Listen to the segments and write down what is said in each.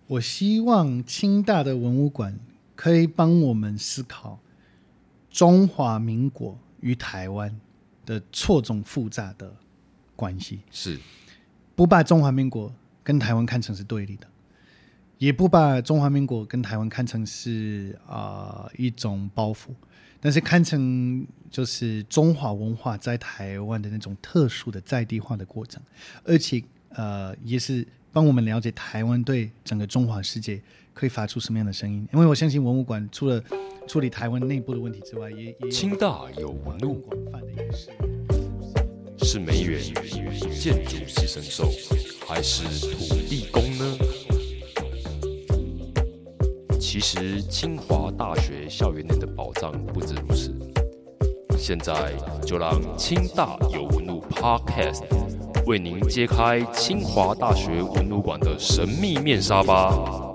我希望清大的文物馆可以帮我们思考中华民国与台湾的错综复杂的关系， 是不把中华民国跟台湾看成是对立的，也不把中华民国跟台湾看成是一种包袱，但是看成就是中华文化在台湾的那种特殊的在地化的过程，而且也是帮我们了解台湾对整个中华世界可以发出什么样的声音。因为我相信文物馆除了处理台湾内部的问题之外，也清大有文物， 广泛的也是梅园建筑系神兽，还是土地公呢？其实清华大学校园内的宝藏不止如此。现在就让清大有文物 Podcast 为您揭开清华大学文物馆的神秘面纱吧。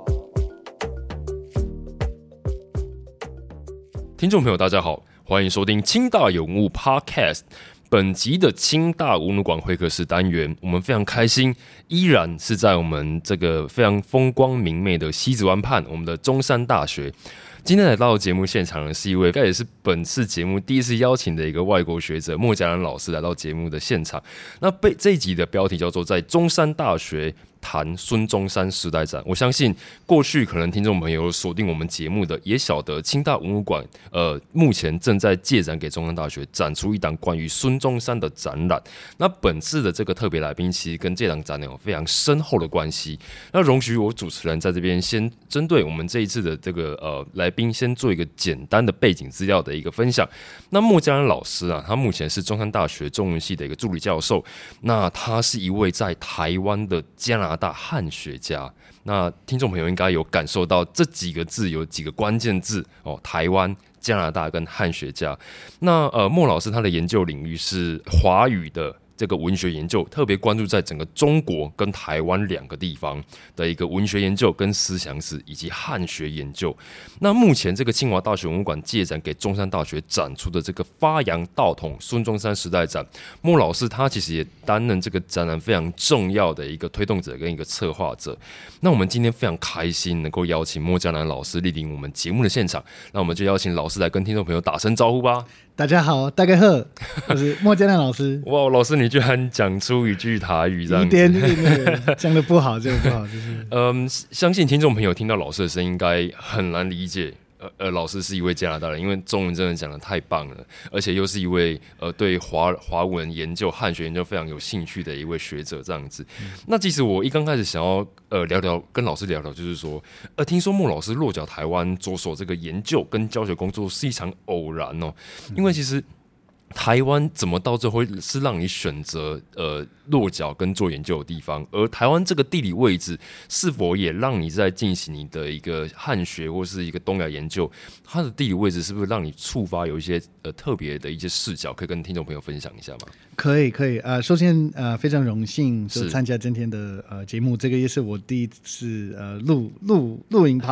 听众朋友大家好，欢迎收听清大有文物 Podcast。本集的清大文物馆会客室单元，我们非常开心，依然是在我们这个非常风光明媚的西子湾畔，我们的中山大学。今天来到节目现场的是一位，也是本次节目第一次邀请的一个外国学者莫嘉兰老师来到节目的现场。那这一集的标题叫做在中山大学谈孙中山时代展。我相信过去可能听众朋友锁定我们节目的，也晓得清大文物馆目前正在借展给中山大学，展出一档关于孙中山的展览。那本次的这个特别来宾其实跟这档展览有非常深厚的关系。那容许我主持人在这边先针对我们这一次的这个来宾先做一个简单的背景资料的一个分享。那莫嘉兰老师啊，他目前是中山大学中文系的一个助理教授。那他是一位在台湾的加拿大汉学家。那听众朋友应该有感受到这几个字有几个关键字哦，台湾、加拿大跟汉学家。那莫老师他的研究领域是华语的这个文学研究，特别关注在整个中国跟台湾两个地方的一个文学研究跟思想史以及汉学研究。那目前这个清华大学文物馆借展给中山大学展出的这个发扬道统孙中山时代展，莫老师他其实也担任这个展览非常重要的一个推动者跟一个策划者。那我们今天非常开心能够邀请莫嘉兰老师莅临我们节目的现场，那我们就邀请老师来跟听众朋友打声招呼吧。 大家好，大家好，我是莫嘉兰老师。 哇，老师你居然讲出一句台语这样子， 一点讲的不好，讲的不好，就是相信听众朋友听到老师的声音应该很难理解。老师是一位加拿大人，因为中文真的讲得太棒了，而且又是一位对华文研究、汉学研究非常有兴趣的一位学者这样子。那其实我刚开始想要跟老师聊聊，就是说听说莫老师落脚台湾，着手这个研究跟教学工作是一场偶然哦，因为其实台湾怎么到最后会是让你选择落脚跟做研究的地方？而台湾这个地理位置是否也让你在进行你的一个汉学或是一个东亚研究？它的地理位置是不是让你触发有一些特别的一些视角，可以跟听众朋友分享一下吗？ 可以首先非常荣幸就参加今天的节目，这个也是我第一次录音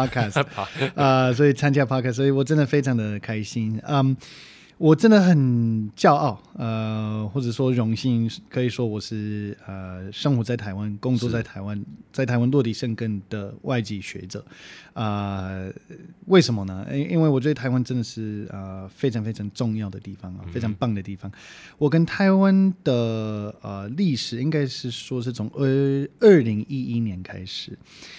podcast 所以参加 podcast， 所以我真的非常的开心。我真的很骄傲，或者说荣幸，可以说我是生活在台湾、工作在台湾、在台湾落地生根的外籍学者。为什么呢？因为我觉得台湾真的是非常非常重要的地方非常棒的地方。我跟台湾的历史应该是说是从2011年开始。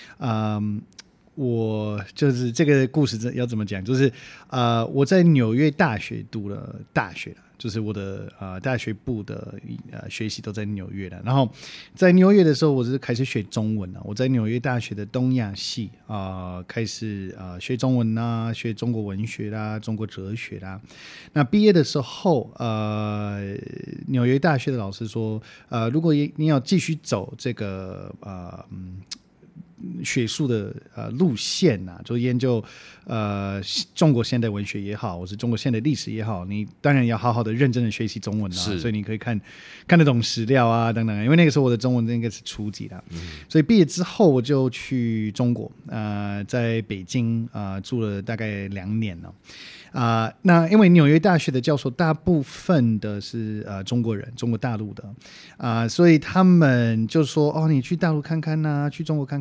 我就是这个故事要怎么讲？就是我在纽约大学读了大学，就是我的大学部的学习都在纽约的。然后在纽约的时候，我是开始学中文我在纽约大学的东亚系开始学中文啦，学中国文学啦，中国哲学啦。那毕业的时候，纽约大学的老师说，如果你要继续走这个学术的路线就研究中国现代文学也好，或是中国现代历史也好，你当然要好好的认真的学习中文所以你可以看得懂史料等等。因为那个时候我的中文应该是初级的，所以毕业之后我就去中国，在北京住了大概2年了。那因为纽约大学的教授大部分的是中国人，中国大陆的所以他们就说你去大陆看看去中国看看然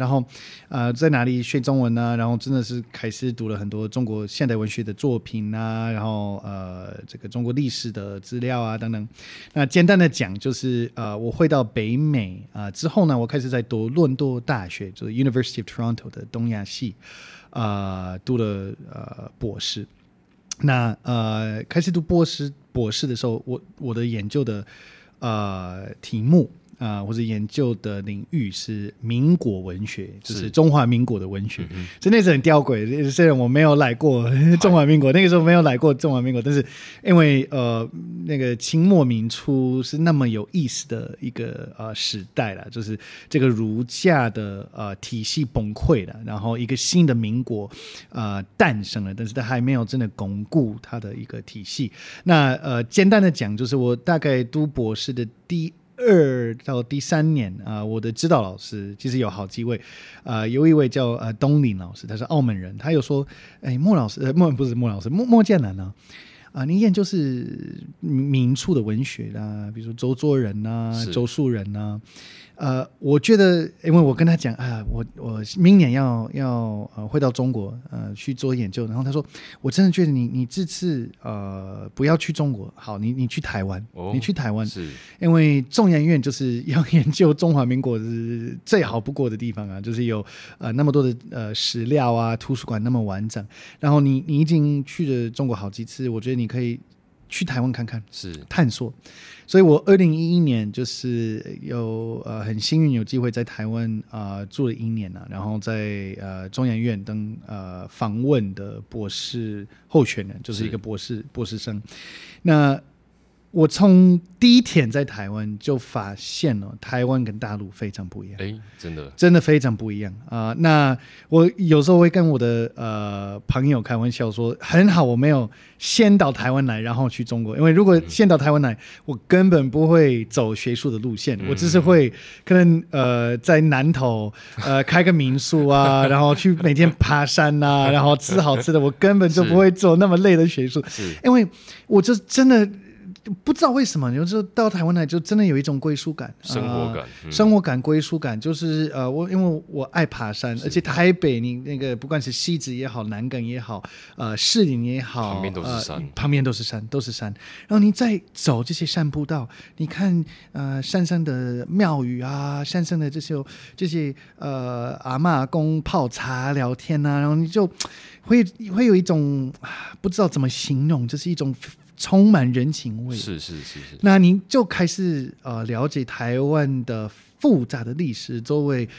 然后在哪里学中文啊，然后真的是开始读了很多中国现代文学的作品啊，然后这个中国历史的资料啊等等。那简单的讲就是我回到北美之后呢，我开始在读伦敦大学，就是 University of Toronto 的东亚系读了博士。那开始读博士的时候，我的研究的题目或者研究的领域是民国文学，就是中华民国的文学。所以那是很吊诡，虽然我没有来过中华民国，那个时候没有来过中华民国，但是因为那个清末民初是那么有意思的一个时代啦，就是这个儒家的体系崩溃了，然后一个新的民国诞生了，但是它还没有真的巩固它的一个体系。那简单的讲，就是我大概读博士的第2到第3年我的指导老师其实有好几位有一位叫东林老师，他是澳门人，他有说莫老师不是莫老师莫建南你研究是民初的文学啦，比如说周作人周树人我觉得因为我跟他讲我明年要回到中国去做研究，然后他说我真的觉得你这次不要去中国，好，你去台湾你去台湾，是因为中研院就是要研究中华民国是最好不过的地方就是有那么多的史料图书馆那么完整，然后你已经去了中国好几次，我觉得你可以去台湾看看，是探索。所以我2011年就是有很幸运有机会在台湾住了1年然后在中研院当访问的博士候选人，就是一个博士生。那我从第一天在台湾就发现了台湾跟大陆非常不一样，真的非常不一样那我有时候会跟我的朋友开玩笑说，很好我没有先到台湾来然后去中国，因为如果先到台湾来，我根本不会走学术的路线，我只是会可能在南投开个民宿然后去每天爬山然后吃好吃的，我根本就不会走那么累的学术，因为我就真的不知道为什么，就到台湾来就真的有一种归属感，生活感归属感，就是因为我爱爬山，而且台北你那个不管是汐止也好，南港也好，士林也好，旁边都是山，然后你再走这些山步道，你看山上的庙宇山上的这些阿嬷阿公泡茶聊天然后你就会有一种不知道怎么形容，就是一种充满人情味，是。那你就开始了解台湾的复杂的历史，作为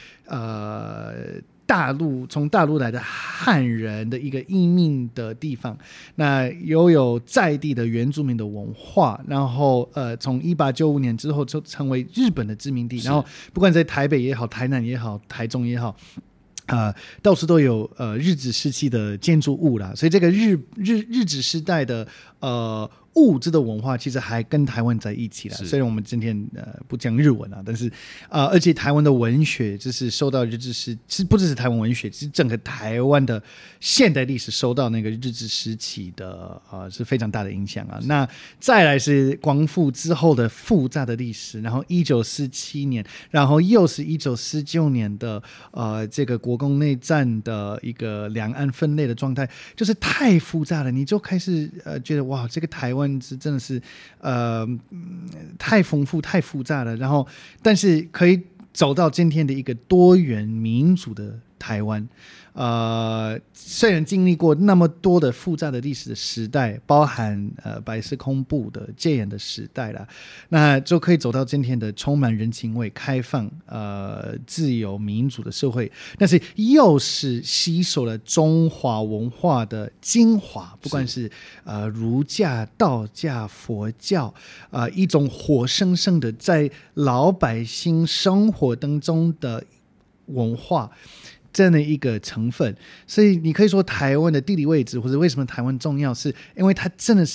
从大陆来的汉人的一个移民的地方，那有在地的原住民的文化，然后从1895年之后就成为日本的殖民地，然后不管在台北也好，台南也好，台中也好。到处都有日治时期的建筑物啦，所以这个日治时代的物质的文化其实还跟台湾在一起啦。虽然我们今天不讲日文但是而且台湾的文学就是受到日治时，其实不只是台湾文学，其实整个台湾的现代历史受到那个日治时期的是非常大的影响那再来是光复之后的复杂的历史，然后1947年，然后又是1949年的这个国共内战的一个两岸分裂的状态，就是太复杂了，你就开始觉得哇，这个台湾真的是太丰富太复杂了，然后但是可以走到今天的一个多元民主的台湾虽然经历过那么多的复杂的历史的时代，包含白色恐怖的戒严的时代啦，那就可以走到今天的充满人情味、开放自由民主的社会，但是又是吸收了中华文化的精华，不管是儒家、道家、佛教一种活生生的在老百姓生活当中的文化这样的一个成分。所以你可以说台湾的地理位置或者为什么台湾重要，是因为它真的是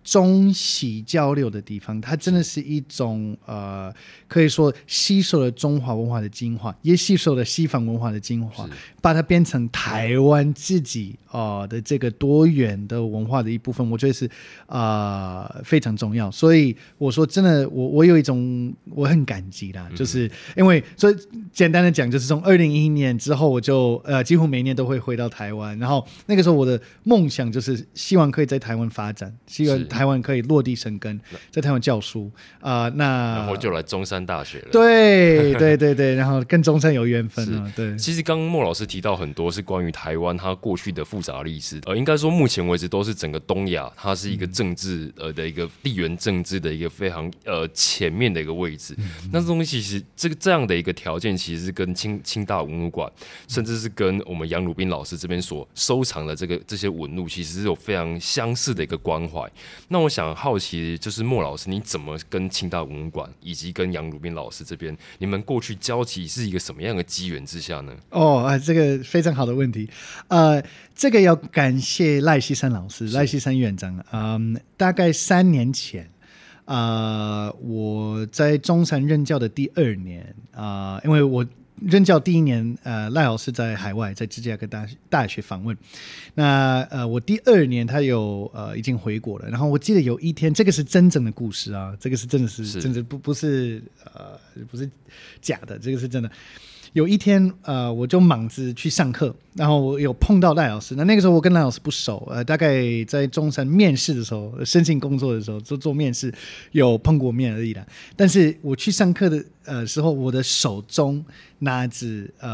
中西交流的地方，它真的是一种可以说吸收了中华文化的精华，也吸收了西方文化的精华，把它变成台湾自己的这个多元的文化的一部分，我觉得是非常重要。所以我说真的，我有一种我很感激啦，就是因为所以简单的讲，就是从2011年之后，我就几乎每年都会回到台湾，然后那个时候我的梦想就是希望可以在台湾发展，希望台湾可以落地生根，在台湾教书然后就来中山大学了。 对对对对，然后跟中山有缘分了。对， 其实刚刚莫老师提到很多是关于台湾它过去的复杂历史，应该说目前为止都是整个东亚，它是一个政治的一个地缘政治的一个非常前面的一个位置。那这东西其实这样的一个条件，其实是跟清大文物馆，甚至是跟我们杨鲁宾老师这边所收藏的这些文物，其实是有非常相似的一个关怀。那我想好奇，就是莫老师，你怎么跟清大文物馆以及跟杨鲁宾老师这边，你们过去交集是一个什么样的机缘之下呢？ 这个非常好的问题。这个要感谢赖锡山老师、赖锡山院长。大概3年前，我在中山任教的第2年，因为我任教第1年，赖老师在海外，在芝加哥大学访问。那我第2年他已经回国了。然后我记得有一天，这个是真正的故事啊，这个是真的是真的，不是假的，这个是真的。有一天，我就忙着去上课，然后我有碰到赖老师。那个时候我跟赖老师不熟，大概在中山面试的时候，申请工作的时候，做面试有碰过面而已啦。但是我去上课的时候，我的手中拿着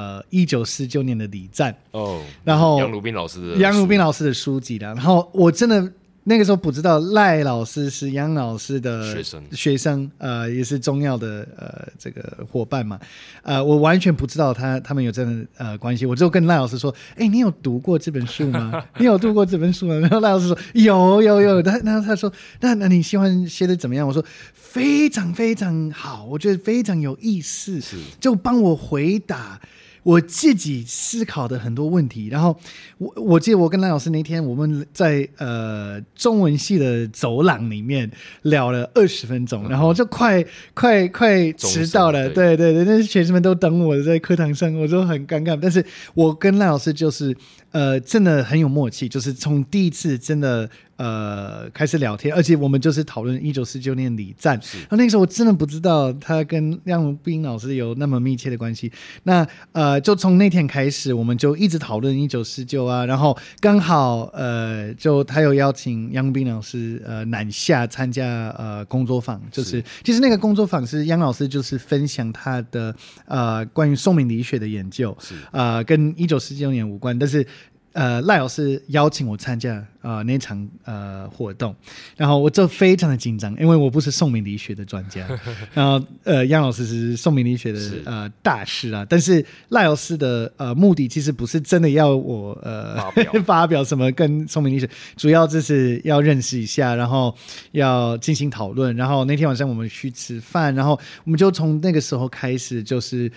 1949年的礼赞然后杨鲁宾老师的书籍啦。然后我真的。那个时候不知道赖老师是杨老师的学生，也是重要的这个伙伴嘛，我完全不知道他们有这样的关系，我就跟赖老师说，你有读过这本书吗？你有读过这本书吗？然后赖老师说有，然后他说那你喜欢写的怎么样？我说非常非常好，我觉得非常有意思，就帮我回答我自己思考的很多问题。然后我记得我跟赖老师那天我们在中文系的走廊里面聊了20分钟，然后就快迟到了，对，那些学生们都等我在课堂上，我就很尴尬。但是我跟赖老师就是真的很有默契，就是从第一次真的开始聊天，而且我们就是讨论1949年礼赞。然后那个时候我真的不知道他跟杨鲁宾老师有那么密切的关系。那就从那天开始，我们就一直讨论1949啊。然后刚好就他有邀请杨鲁宾老师南下参加工作坊，就是其实那个工作坊是杨老师就是分享他的关于宋明理学的研究，跟1949年无关，但是赖老师邀请我参加那场活动，然后我就非常的紧张，因为我不是宋明理学的专家，然后杨老师是宋明理学的大师啊，但是赖老师的目的其实不是真的要我发表什么跟宋明理学，主要就是要认识一下，然后要进行讨论。然后那天晚上我们去吃饭，然后我们就从那个时候开始就是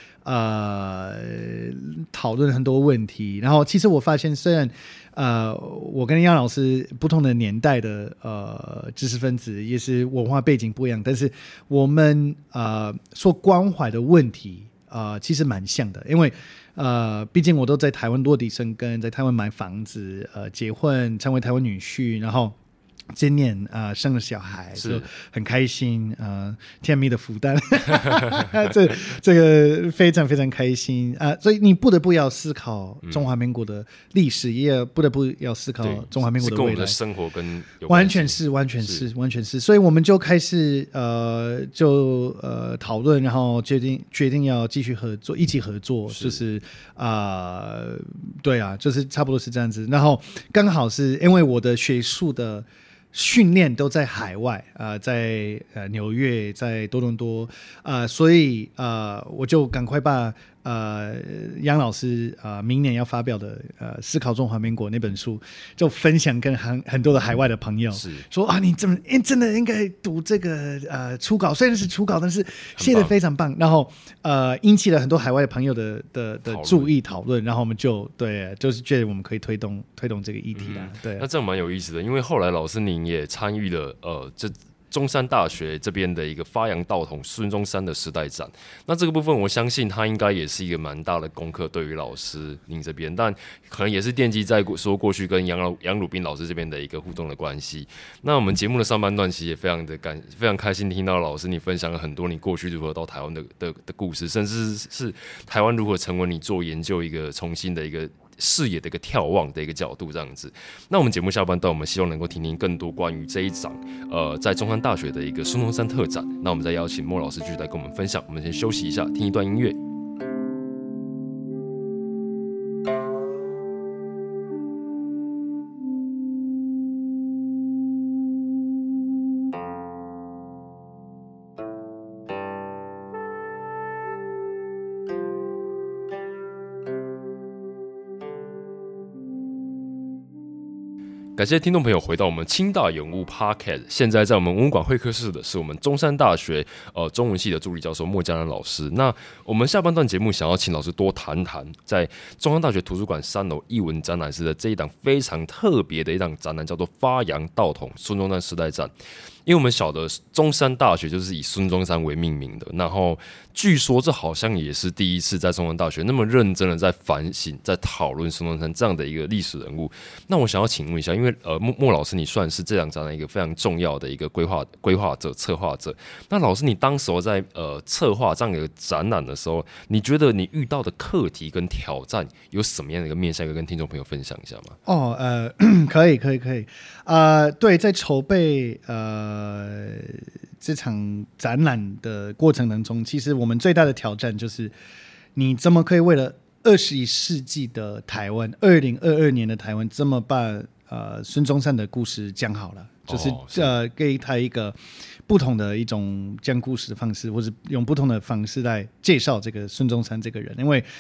讨论很多问题。然后其实我发现虽然我跟杨老师不同的年代的知识分子，也是文化背景不一样，但是我们所关怀的问题其实蛮像的。因为毕竟我都在台湾落地生根，在台湾买房子，结婚，成为台湾女婿，然后今年生了小孩，就很开心，甜蜜的福袋这个非常非常开心所以你不得不要思考中华民国的历史，也不得不要思考中华民国的未来，跟我们的生活跟有完全是，所以我们就开始讨论，然后决定要继续合作，一起合作，就是对啊，就是差不多是这样子。然后刚好是因为我的学术的训练都在海外，在纽约，在多伦多，所以我就赶快把杨老师明年要发表的思考中华民国那本书，就分享跟很多的海外的朋友说你怎么真的应该读这个初稿，虽然是初稿，但是写得非常棒，然后引起了很多海外朋友的注意讨论，然后我们就是觉得我们可以推动这个议题啦。对， 那这样蛮有意思的，因为后来老师您也参与了中山大学这边的一个发扬道统孙中山的时代展，那这个部分我相信它应该也是一个蛮大的功课对于老师您这边，但可能也是奠基在说过去跟杨鲁宾老师这边的一个互动的关系。那我们节目的上半段其实也非常开心听到老师你分享了很多你过去如何到台湾的故事，甚至是台湾如何成为你做研究一个重新的一个视野的一个眺望的一个角度这样子。那我们节目下半段我们希望能够听听更多关于这一场在中山大学的一个孙中山特展，那我们再邀请莫老师继续来跟我们分享。我们先休息一下，听一段音乐。感谢听众朋友回到我们清大有物 Podcast。 现在在我们文物馆会客室的是我们中山大学中文系的助理教授莫嘉南老师。那我们下半段节目想要请老师多谈谈在中山大学图书馆3楼艺文展览室的这一档非常特别的一档展览，叫做发扬道统孙中山时代展。因为我们晓得中山大学就是以孙中山为命名的，然后据说这好像也是第一次在中山大学那么认真的在反省在讨论孙中山这样的一个历史人物。那我想要请问一下，因为莫老师你算是这档展览一个非常重要的一个规划者策划者，那老师你当时候在策划这样一个展览的时候，你觉得你遇到的课题跟挑战有什么样的一个面向，可以跟听众朋友分享一下吗？ 可以对，在筹备这场展览的过程当中，其实我们最大的挑战就是你怎么可以为了21世纪的台湾2022年的台湾这么把孙中山的故事讲好了，就是给他一个不同的一种讲故事的方式，或者用不同的方式来介绍这个孙中山这个人。因为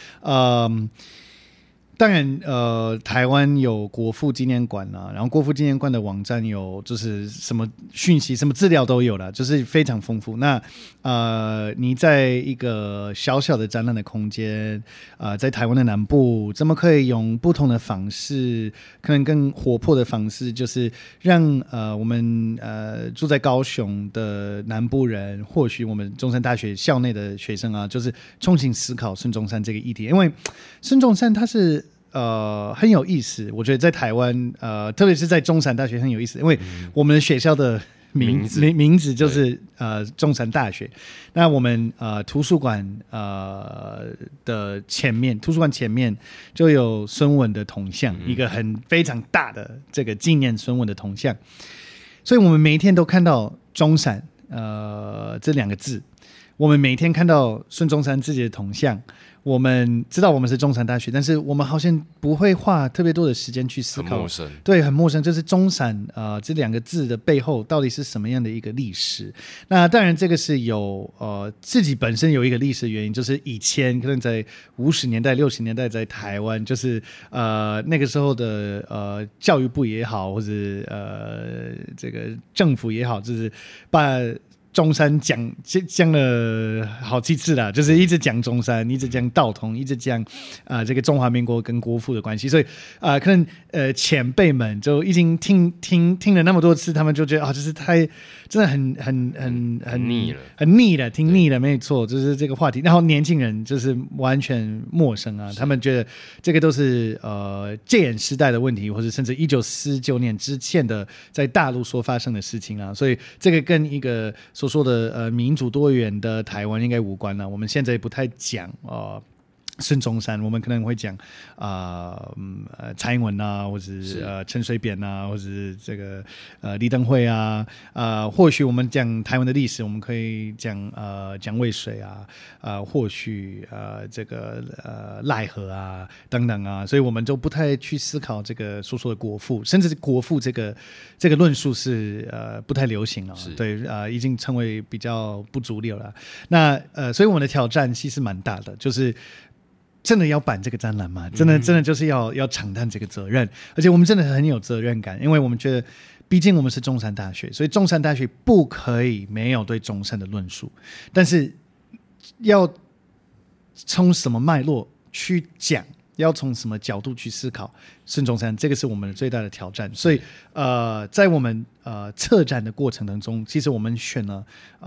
当然台湾有国父纪念馆啦，然后国父纪念馆的网站有就是什么讯息什么资料都有啦，就是非常丰富。那你在一个小小的展览的空间在台湾的南部怎么可以用不同的方式，可能更活泼的方式，就是让我们住在高雄的南部人，或许我们中山大学校内的学生就是重新思考孙中山这个议题。因为孙中山他是很有意思，我觉得在台湾特别是在中山大学很有意思，因为我们学校的名字就是中山大学。那我们图书馆的前面，图书馆前面就有孙文的铜像，一个非常大的这个纪念孙文的铜像，所以我们每一天都看到中山这两个字，我们每天看到孙中山自己的铜像，我们知道我们是中山大学，但是我们好像不会花特别多的时间去思考， 很陌生， 对，很陌生。就是中山这两个字的背后到底是什么样的一个历史？那当然，这个是有自己本身有一个历史原因，就是以前可能在50年代、60年代在台湾，就是那个时候的教育部也好，或者这个政府也好，就是把中山讲了好几次了，就是一直讲中山，一直讲道统，一直讲这个中华民国跟国父的关系，所以可能前辈们就已经听了那么多次，他们就觉得就是太真的很腻了，很腻了，听腻了，没错，就是这个话题。然后年轻人就是完全陌生他们觉得这个都是戒严时代的问题，或者甚至1949年之前的在大陆所发生的事情所以这个跟一个所说的民主多元的台湾应该无关了。我们现在不太讲孙中山，我们可能会讲蔡英文或者陈水扁或者这个李登辉或许我们讲台湾的历史，我们可以讲蒋渭水或许这个赖和等等所以我们就不太去思考这个所说的国父，甚至国父这个论述是不太流行了，对已经成为比较不主流了。那所以我们的挑战其实蛮大的，就是真的要办这个展览吗？真的就是要承担这个责任，而且我们真的很有责任感，因为我们觉得毕竟我们是中山大学，所以中山大学不可以没有对中山的论述，但是要从什么脉络去讲，要从什么角度去思考孙中山，这个是我们最大的挑战。所以在我们策展的过程当中，其实我们选了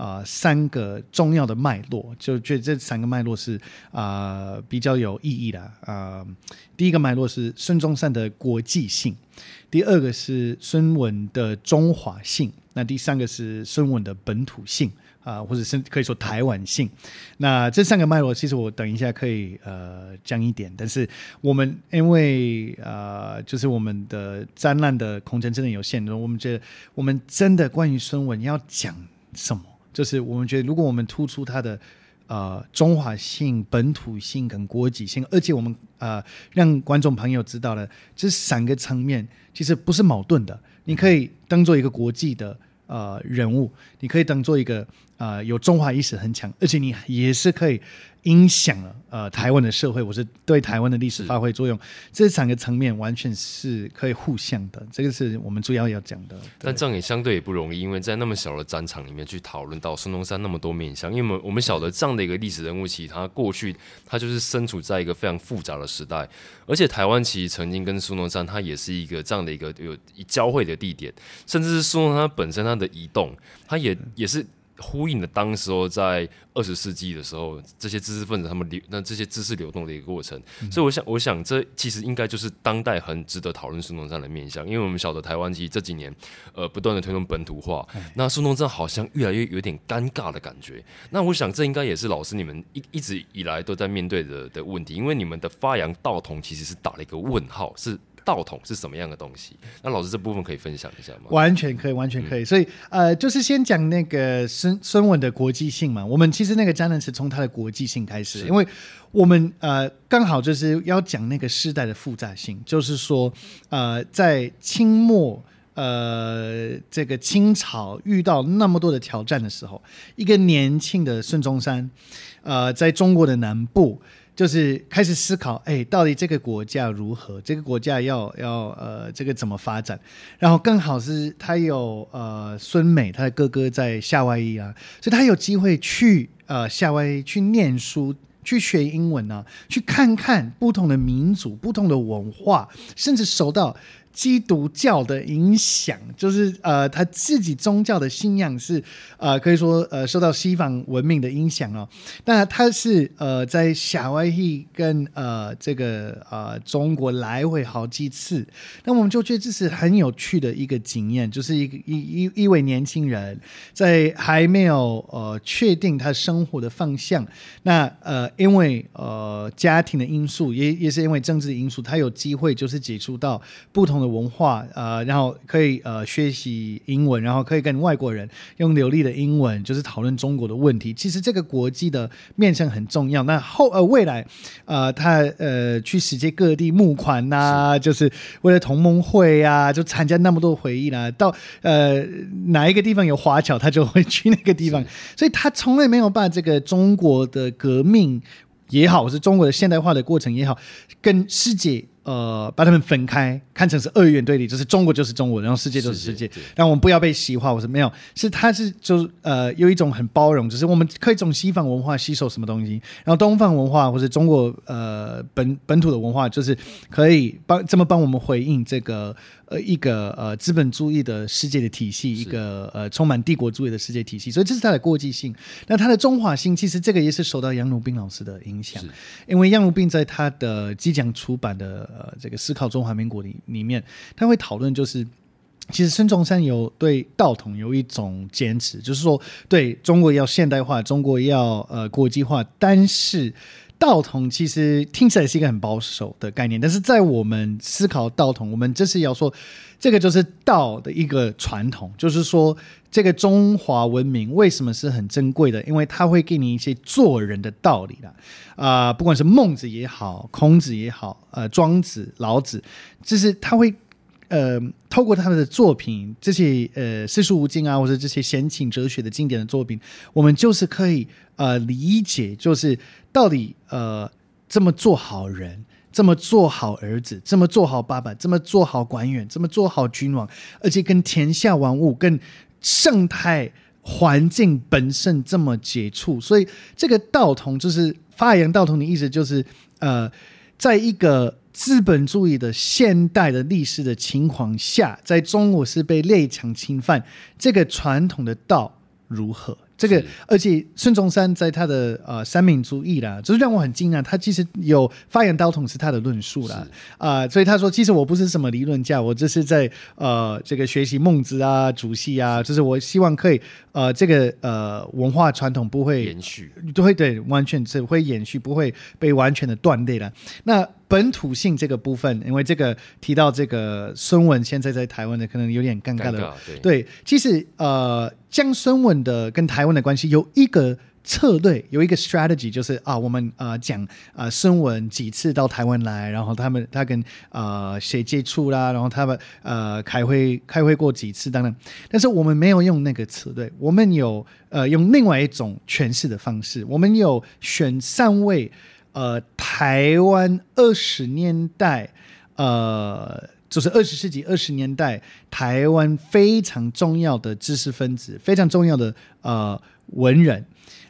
3个重要的脉络，就觉得这3个脉络是比较有意义的。第一个脉络是孙中山的国际性，第2个是孙文的中华性，那第3个是孙文的本土性。或者是可以说台湾性。那这3个脉络其实我等一下可以讲一点，但是我们因为就是我们的展览的空间真的有限，我们觉得我们真的关于孙文要讲什么，就是我们觉得如果我们突出他的中华性、本土性跟国际性，而且我们让观众朋友知道了这3个层面其实不是矛盾的，你可以当做一个国际的人物，你可以当做一个有中华意识很强，而且你也是可以影响了台湾的社会，或是对台湾的历史发挥作用，这3个层面完全是可以互相的，这个是我们主要讲的。 但这样也相对也不容易，因为在那么小的展场里面去讨论到孙中山那么多面向，因为我们晓得这样的一个历史人物，其实他过去他就是身处在一个非常复杂的时代，而且台湾其实曾经跟孙中山他也是一个这样的一个有交汇的地点，甚至是孙中山本身他的移动，他也是呼应了当时候在20世纪的时候，这些知识分子他们这些知识流动的一个过程。所以我想这其实应该就是当代很值得讨论孙中山的面向，因为我们晓得台湾其实这几年不断的推动本土化，那孙中山好像越来越有点尴尬的感觉。那我想这应该也是老师你们一直以来都在面对的问题，因为你们的发扬道统其实是打了一个问号，是道统是什么样的东西？那老师这部分可以分享一下吗？ 完全可以，完全可以。所以就是先讲那个孙文的国际性嘛。我们其实那个展览是从他的国际性开始，因为我们刚好就是要讲那个时代的复杂性，就是说在清末这个清朝遇到那么多的挑战的时候，一个年轻的孙中山在中国的南部。就是开始思考，到底这个国家如何？这个国家要这个怎么发展？然后刚好是他有孙美，他的哥哥在夏威夷啊，所以他有机会去夏威夷去念书，去学英文啊，去看看不同的民族、不同的文化，甚至受到基督教的影响，就是他自己宗教的信仰是可以说受到西方文明的影响哦。那他是在夏威夷跟这个中国来回好几次，那我们就觉得这是很有趣的一个经验，就是一位年轻人在还没有确定他生活的方向，那因为家庭的因素，也是因为政治的因素，他有机会就是接触到不同的文化，然后可以学习英文，然后可以跟外国人用流利的英文就是讨论中国的问题。其实这个国际的面向很重要。那未来他去世界各地募款啊，就是为了同盟会啊，就参加那么多会议啦，到哪一个地方有华侨他就会去那个地方，所以他从来没有把这个中国的革命也好，或是中国的现代化的过程也好，跟世界把他们分开，看成是二元对立，就是中国就是中国，然后世界就是世界，然后我们不要被西化，我说没有，是他是就有一种很包容，就是我们可以从西方文化吸收什么东西，然后东方文化或者中国本土的文化，就是可以这么帮我们回应这个一个资本主义的世界的体系，一个充满帝国主义的世界体系，所以这是它的国际性。那它的中华性，其实这个也是受到杨儒宾老师的影响，因为杨儒宾在他的即将出版的这个思考中华民国里面，他会讨论就是其实孙中山有对道统有一种坚持，就是说对中国要现代化，中国要国际化，但是道统其实听起来是一个很保守的概念，但是在我们思考道统，我们这是要说这个就是道的一个传统，就是说这个中华文明为什么是很珍贵的，因为它会给你一些做人的道理啦，不管是孟子也好，孔子也好，庄子、老子，就是他会透过他们的作品，这些四书五经啊，或者这些先秦哲学的经典的作品，我们就是可以理解，就是到底这么做好人，这么做好儿子，这么做好爸爸，这么做好官员，这么做好君王，而且跟天下万物、跟生态环境本身这么接触。所以这个道统就是发扬道统的意思，就是在一个资本主义的现代的历史的情况下，在中国是被列强侵犯，这个传统的道如何？这个，而且孙中山在他的三民主义啦，就是让我很惊讶，他其实有发扬道统是他的论述啦，所以他说，其实我不是什么理论家，我这是在这个学习孟子啊、主席啊，就是我希望可以这个文化传统不会延续， 对，完全是会延续，不会被完全的断裂了。那本土性这个部分，因为这个提到这个孙文现在在台湾的可能有点尴尬的，对，其实将孙文的跟台湾的关系有一个策略，有一个 strategy， 就是我们讲孙文几次到台湾来，然后他跟谁接触啦，然后他们开会过几次，当然，但是我们没有用那个策略，我们有用另外一种诠释的方式，我们有选3位台湾20年代就是20世纪20年代台湾非常重要的知识分子，非常重要的文人，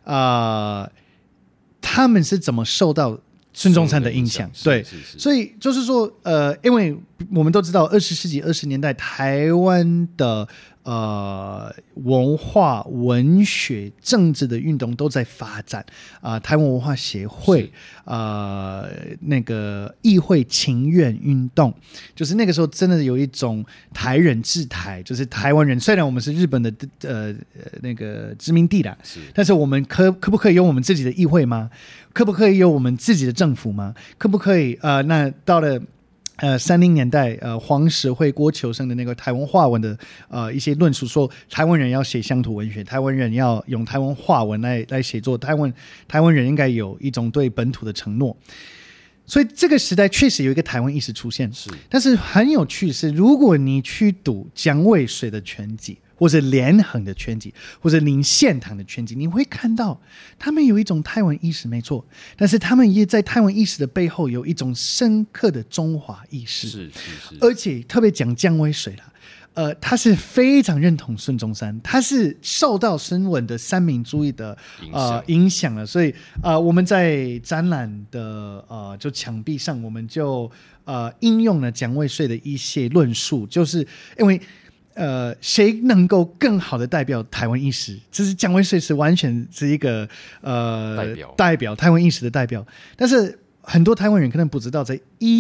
他们是怎么受到孙中山的影响？对，所以就是说，因为我们都知道20世纪20年代台湾的文化、文学、政治的运动都在发展台湾文化协会那个议会请愿运动，就是那个时候真的有一种台人治台，就是台湾人虽然我们是日本的那个殖民地啦，但是我们可不可以有我们自己的议会吗？可不可以有我们自己的政府吗？可不可以那到了30年代黄石会、郭求生的那个台湾话文的一些论述，说台湾人要写乡土文学，台湾人要用台湾话文来写作，台湾人应该有一种对本土的承诺。所以这个时代确实有一个台湾意识出现，但是很有趣是，如果你去读蒋渭水的全集，或者连横的全集，或者林献堂的全集，你会看到他们有一种台湾意识，没错，但是他们也在台湾意识的背后有一种深刻的中华意识，而且特别讲蒋渭水啦，他是非常认同孙中山，他是受到孙文的三民主义的影响了，所以我们在展览的就墙壁上，我们就应用了蒋渭水的一些论述，就是因为谁能够更好的代表台湾意识？就是蒋渭水是完全是一个代表台湾意识的代表，但是很多台湾人可能不知道，在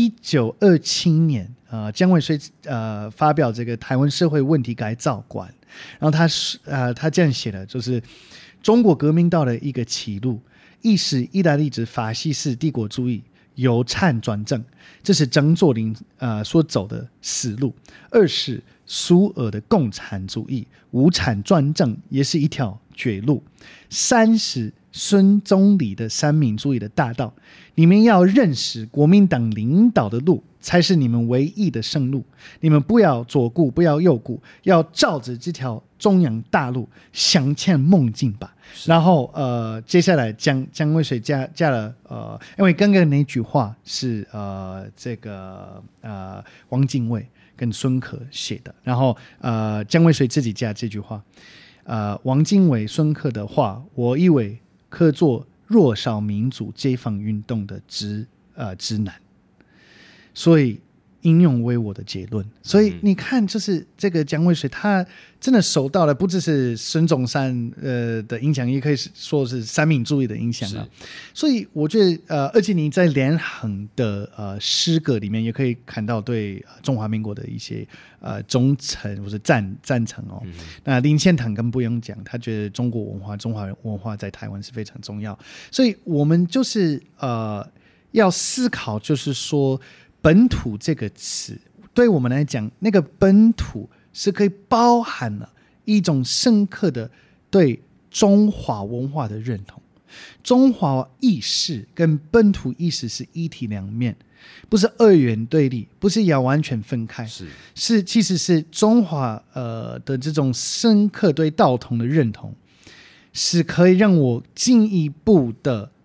1927年蒋渭水发表这个台湾社会问题改造观，然后他这样写的，就是中国革命到了一个歧路，一是意大利之法西斯帝国主义由灿转正，这是张作霖所走的死路；二是苏俄的共产主义无产专政，也是一条绝路；三是孙中理的三民主义的大道，你们要认识国民党领导的路才是你们唯一的生路，你们不要左顾不要右顾，要照着这条中央大路向前梦进吧。然后接下来蒋渭水加了因为刚刚那句话是这个汪精卫跟孙可写的，然后蒋渭水自己加这句话，汪精卫、孙可的话，我以为可做弱少民主解放运动的指南，所以应用为我的结论。所以你看，就是这个蒋渭水，他真的受到了不只是孙中山的影响，也可以说是三民主义的影响了。所以我觉得而且你在连横的诗歌里面也可以看到对中华民国的一些忠诚或者赞成哦。那林献堂更不用讲，他觉得中华文化在台湾是非常重要。所以我们就是要思考，就是说本土这个词对我们来讲，那个本土是可以包含了一种深刻的对中华文化的认同，中华意识跟本土意识是一体两面，不是二元对立，不是要完全分开，是其实是中华的这种深刻对道统的认同，是可以让我进一步的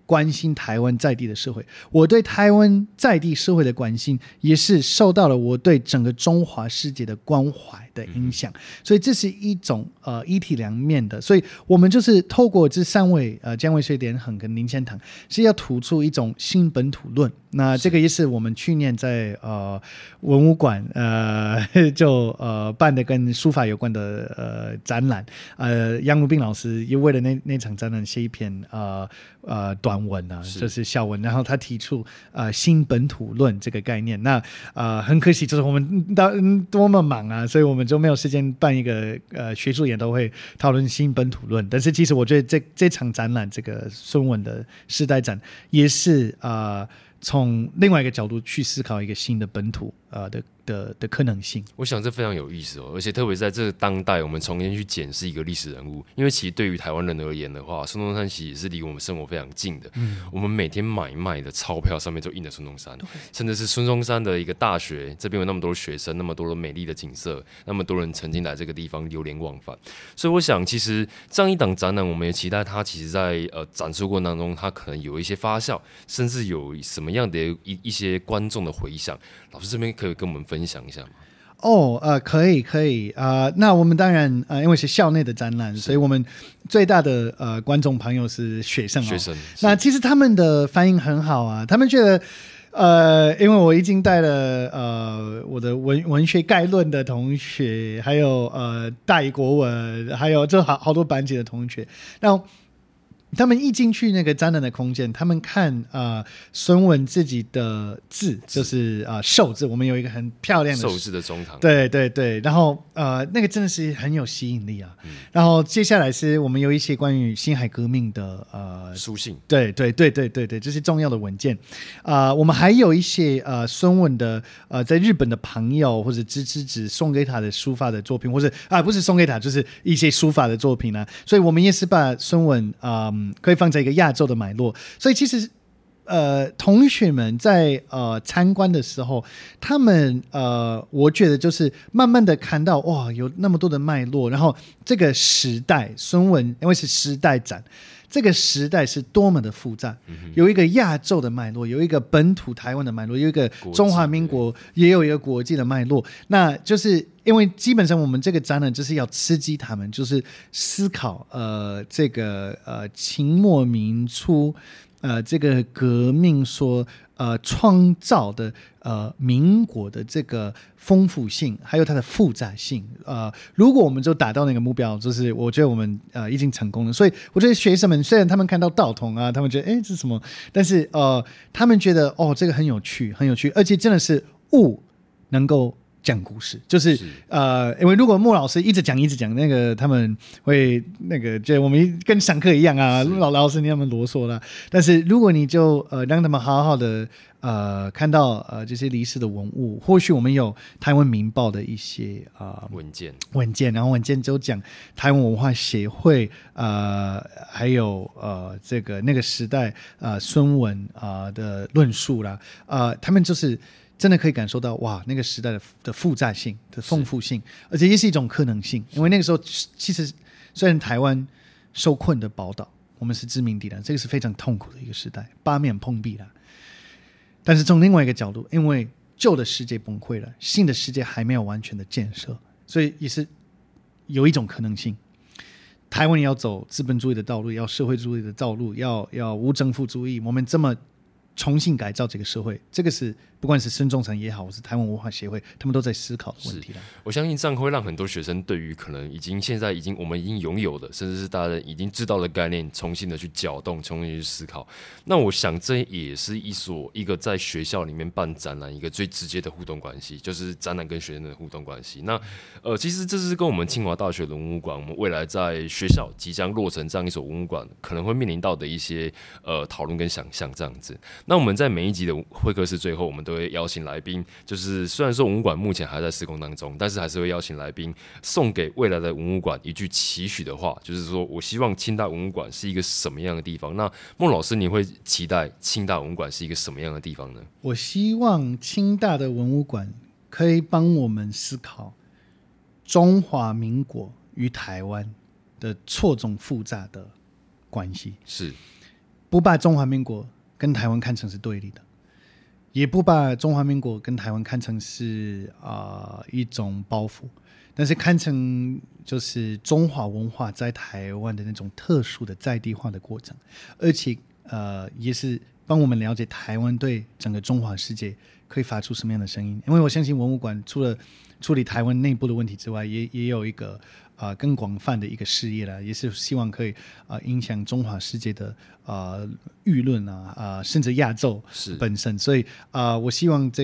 关心台湾在地的社会，我对台湾在地社会的关心也是受到了我对整个中华世界的关怀的影响，所以这是一种一体两面的，所以我们就是透过这三位姜维、薛典衡跟林献堂是要突出一种新本土论。那这个也是我们去年在文武馆就办的跟书法有关的展览，杨如斌老师也为了那场展览写一篇短文啊，就是小文，然后他提出新本土论这个概念。那很可惜，就是我们多么忙啊，所以我们就没有时间办一个学术研讨会讨论新本土论。但是其实我觉得这场展览，这个孙文的世代展，也是从另外一个角度去思考一个新的本土的可能性。 我想这非常有意思哦，而且特别在这个当代，我们重新去检视一个历史人物，因为其实对于台湾人而言的话，孙中山其实也是离我们生活非常近的。我们每天买卖的钞票上面就印着孙中山，甚至是孙中山的一个大学，这边有那么多学生，那么多的美丽的景色，那么多人曾经来这个地方流连忘返。所以我想，其实这样一档展览，我们也期待它其实在展出过程当中，它可能有一些发酵，甚至有什么样的一些观众的回响。老师这边可以跟我们分享一下吗？ 可以那我们当然因为是校内的展览，所以我们最大的观众朋友是学生。那其实他们的反应很好啊，他们觉得因为我已经带了我的文学概论的同学，还有大一国文，还有就好多班级的同学，那他们一进去那个展览的空间，他们看孙文自己的字，就是寿字，我们有一个很漂亮的寿字的中堂， 对，然后那个真的是很有吸引力啊。然后接下来是我们有一些关于辛亥革命的书信， 对，这是重要的文件。我们还有一些孙文的在日本的朋友或者支持者送给他的书法的作品，或者不是送给他，就是一些书法的作品啊。所以我们也是把孙文可以放在一个亚洲的脉络，所以其实同学们在参观的时候，他们我觉得就是慢慢的看到哇，有那么多的脉络，然后这个时代孙文因为是时代展，这个时代是多么的复杂，有一个亚洲的脉络，有一个本土台湾的脉络，有一个中华民国，也有一个国际的脉络。那就是因为基本上我们这个展览就是要刺激他们，就是思考这个清末民初这个革命所创造的民国的这个丰富性，还有它的复杂性。如果我们就达到那个目标，就是我觉得我们已经成功了。所以我觉得学生们虽然他们看到道统啊，他们觉得这是什么，但是他们觉得这个很有趣，而且真的是物能够讲故事，就是因为如果莫老师一直讲，那个他们会那个觉得我们跟上课一样啊，老师你那么啰嗦啦。但是如果你就让他们好好的看到这些历史的文物，或许我们有台湾民报的一些文件，然后文件就讲台湾文化协会还有这个那个时代孙文的论述啦，他们就是真的可以感受到哇，那个时代的复杂性的丰富性，而且也是一种可能性。因为那个时候其实虽然台湾受困的宝岛，我们是殖民地的，这个是非常痛苦的一个时代，八面碰壁了。但是从另外一个角度，因为旧的世界崩溃了，新的世界还没有完全的建设，所以也是有一种可能性。台湾也要走资本主义的道路，要社会主义的道路，要无政府主义，我们这么重新改造这个社会，这个是不管是孙中山也好，或是台湾文化协会，他们都在思考的问题了。 我相信这样会让很多学生对于可能现在我们已经拥有的，甚至是大家已经知道的概念，重新的去搅动，重新去思考。那我想这也是一个在学校里面办展览一个最直接的互动关系，就是展览跟学生的互动关系。那其实这是跟我们清华大学的文物馆，我们未来在学校即将落成这样一所文物馆，可能会面临到的一些讨论跟想象这样子。那我们在每一集的会客室最后，我们都会邀请来宾，就是虽然说文物馆目前还在施工当中，但是还是会邀请来宾送给未来的文物馆一句期许的话，就是说我希望清大文物馆是一个什么样的地方。那孟老师，你会期待清大文物馆是一个什么样的地方呢？ 我希望清大的文物馆可以帮我们思考中华民国与台湾的错综复杂的关系。 是不把中华民国跟台湾看成是对立的，也不把中华民国跟台湾看成是一种包袱，但是看成就是中华文化在台湾的那种特殊的在地化的过程，而且也是帮我们了解台湾对整个中华世界可以发出什么样的声音。因为我相信文物馆除了处理台湾内部的问题之外，也有一个更广泛的一个事业啦，也是希望可以影响中华世界的舆论甚至亚洲本身。所以我希望这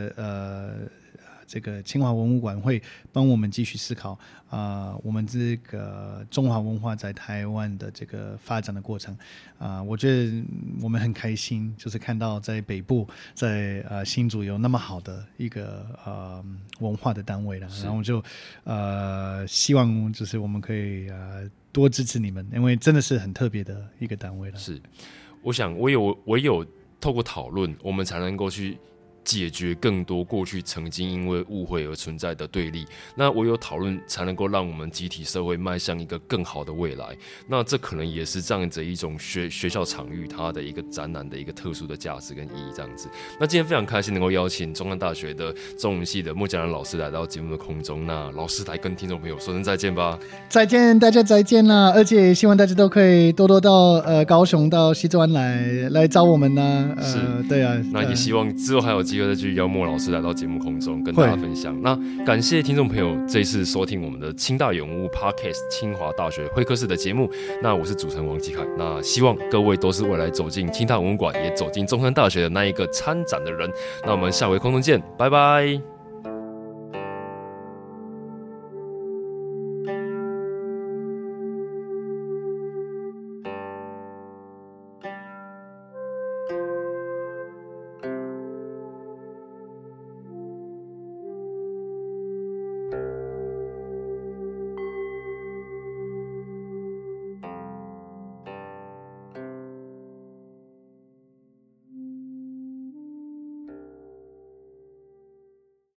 个清华文物馆会帮我们继续思考我们这个中华文化在台湾的这个发展的过程我觉得我们很开心，就是看到在北部在新竹有那么好的一个文化的单位了，然后就希望就是我们可以多支持你们，因为真的是很特别的一个单位了。 是，我想唯有透过讨论，我们才能够去解决更多过去曾经因为误会而存在的对立，那唯有讨论才能够让我们集体社会迈向一个更好的未来。那这可能也是这样子一种学校场域它的一个展览的一个特殊的价值跟意义这样子。那今天非常开心能够邀请中山大学的中文系的莫嘉南老师来到节目的空中，那老师来跟听众朋友说声再见吧。 再见，大家再见啦！而且希望大家都可以多多到高雄到西子湾来找我们啦。 是， 对啊， 那也希望之后还有机会再去邀莫老师来到节目空中跟大家分享。那感谢听众朋友这一次收听我们的清大有文物 Podcast 清华大学会客室的节目。那我是主持人王继凯，那希望各位都是未来走进清大文物馆，也走进中山大学的那一个参展的人。那我们下回空中见，拜拜。